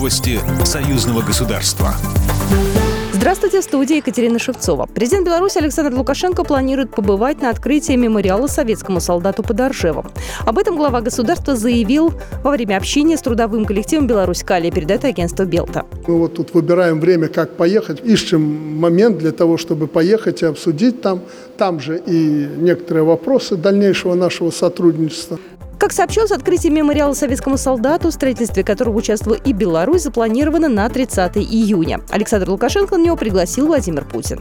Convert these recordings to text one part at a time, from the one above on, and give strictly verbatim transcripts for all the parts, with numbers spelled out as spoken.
Новости союзного государства. Здравствуйте, в студии Екатерина Шевцова. Президент Беларуси Александр Лукашенко планирует побывать на открытии мемориала советскому солдату под Оржевом. Об этом глава государства заявил во время общения с трудовым коллективом «Беларусь-Калия», передает агентство «Белта». Мы вот тут выбираем время, как поехать, ищем момент для того, чтобы поехать и обсудить там, там же и некоторые вопросы дальнейшего нашего сотрудничества. Как сообщалось, открытие мемориала советскому солдату, в строительстве которого участвовала и Беларусь, запланировано на тридцатое июня. Александр Лукашенко на него пригласил Владимир Путин.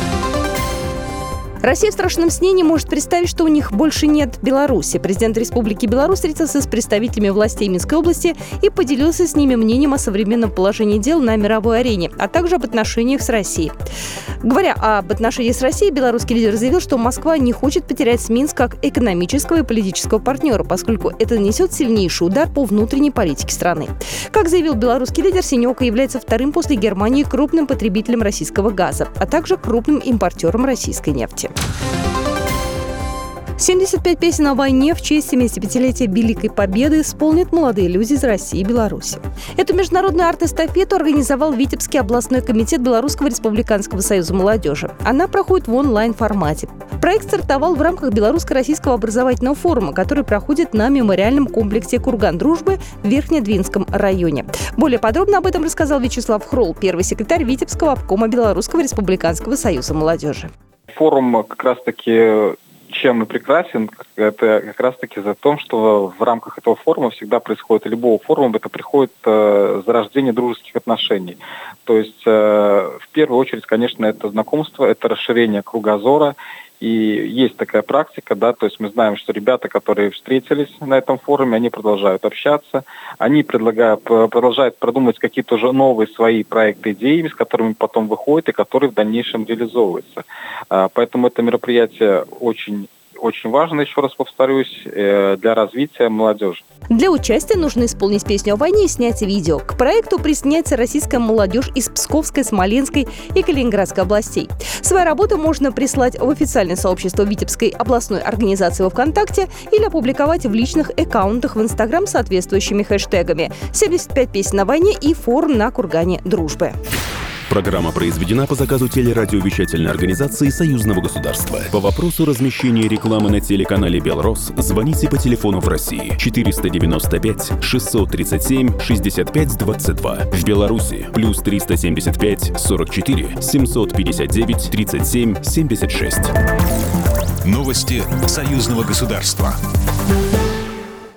Россия в страшном сне не может представить, что у них больше нет Беларуси. Президент Республики Беларусь встретился с представителями властей Минской области и поделился с ними мнением о современном положении дел на мировой арене, а также об отношениях с Россией. Говоря об отношениях с Россией, белорусский лидер заявил, что Москва не хочет потерять Минск как экономического и политического партнера, поскольку это нанесет сильнейший удар по внутренней политике страны. Как заявил белорусский лидер, Синеока является вторым после Германии крупным потребителем российского газа, а также крупным импортером российской нефти. семьдесят пять песен о войне в честь семидесятипятилетия Великой Победы исполнят молодые люди из России и Беларуси. Эту международную арт-эстафету организовал Витебский областной комитет Белорусского республиканского союза молодежи. Она проходит в онлайн-формате. Проект стартовал в рамках Белорусско-российского образовательного форума, который проходит на мемориальном комплексе «Курган Дружбы» в Верхнедвинском районе. Более подробно об этом рассказал Вячеслав Хрол, первый секретарь Витебского обкома Белорусского республиканского союза молодежи. Форум как раз-таки чем и прекрасен, это как раз-таки за то, что в рамках этого форума всегда происходит, любого форума, это приходит э, зарождение дружеских отношений. То есть э, в первую очередь, конечно, это знакомство, это расширение кругозора. И есть такая практика, да, то есть мы знаем, что ребята, которые встретились на этом форуме, они продолжают общаться, они предлагают, продолжают продумывать какие-то уже новые свои проекты, идеи, с которыми потом выходят и которые в дальнейшем реализовываются. Поэтому это мероприятие очень очень важно, еще раз повторюсь, для развития молодежи. Для участия нужно исполнить песню о войне и снять видео. К проекту присоединяется российская молодежь из Псковской, Смоленской и Калининградской областей. Свою работу можно прислать в официальное сообщество Витебской областной организации во ВКонтакте или опубликовать в личных аккаунтах в Инстаграм с соответствующими хэштегами «семьдесят пять песен о войне» и «Форум на Кургане Дружбы». Программа произведена по заказу телерадиовещательной организации Союзного государства. По вопросу размещения рекламы на телеканале «Белрос» звоните по телефону в России четыреста девяносто пять шестьсот тридцать семь шестьдесят пять двадцать два. В Беларуси плюс триста семьдесят пять сорок четыре семьсот пятьдесят девять тридцать семь семьдесят шесть. Новости Союзного государства.